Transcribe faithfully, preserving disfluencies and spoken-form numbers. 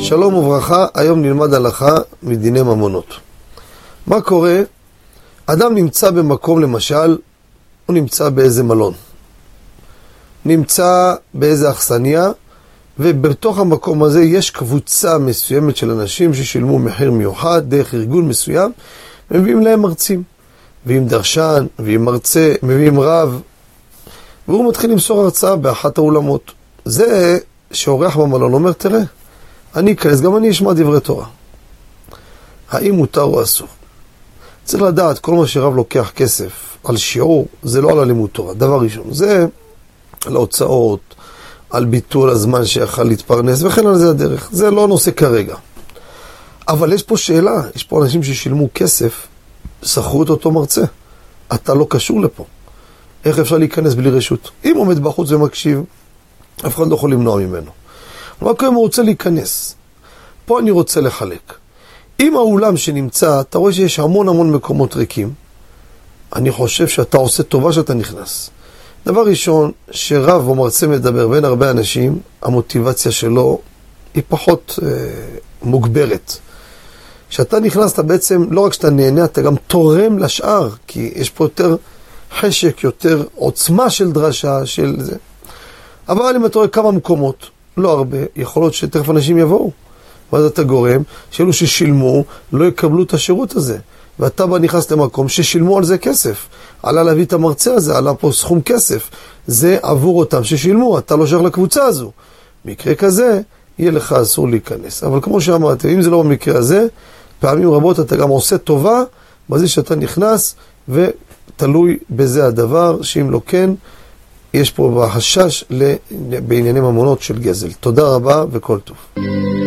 שלום וברכה, היום נלמד הלכה מדיני ממונות. מה קורה? אדם נמצא במקום, למשל, הוא נמצא באיזה מלון. נמצא באיזה אכסניה, ובתוך המקום הזה יש קבוצה מסוימת של אנשים ששילמו מחיר מיוחד דרך ארגון מסוים, ומביאים להם מרצים. מביאים דרשן, מביאים מרצה, מביאים רב, והוא מתחיל למסור הרצאה באחת האולמות. זה שאורח במלון אומר, תראה, אני אכנס, גם אני אשמע דברי תורה. האם מותר או אסור? צריך לדעת, כל מה שרב לוקח כסף על שיעור, זה לא על הלימוד תורה. דבר ראשון, זה על ההוצאות, על ביטול הזמן שיכל להתפרנס, וכן על זה הדרך. זה לא נושא כרגע. אבל יש פה שאלה, יש פה אנשים ששילמו כסף, שכרו את אותו מרצה. אתה לא קשור לפה. איך אפשר להיכנס בלי רשות? אם עומד בחוץ ומקשיב, אף אחד לא יכול למנוע ממנו. אבל אם הוא רוצה להיכנס, פה אני רוצה לחלק. אם האולם שנמצא, אתה רואה שיש המון המון מקומות ריקים, אני חושב שאתה עושה טובה שאתה נכנס. דבר ראשון, שרב או מרצה מדבר בין הרבה אנשים, המוטיבציה שלו היא פחות אה, מוגברת. כשאתה נכנסת בעצם, לא רק שאתה נהנה, אתה גם תורם לשאר, כי יש פה יותר חשק, יותר עוצמה של דרשה, של זה. אבל אם אתה רואה כמה מקומות, לא הרבה, יכול להיות שתכף אנשים יבואו. ואז אתה גורם, שאלו ששילמו לא יקבלו את השירות הזה. ואתה בא נכנס למקום ששילמו על זה כסף. עלה להביא את המרצה הזה, עלה פה סכום כסף. זה עבור אותם ששילמו, אתה לא שייך לקבוצה הזו. מקרה כזה, יהיה לך אסור להיכנס. אבל כמו שאמרתי, אם זה לא במקרה הזה, פעמים רבות אתה גם עושה טובה, בזה שאתה נכנס, ותלוי בזה הדבר, שאם לא כן, יש פה בחשש בענייני ממונות של גזל. תודה רבה וכל טוב.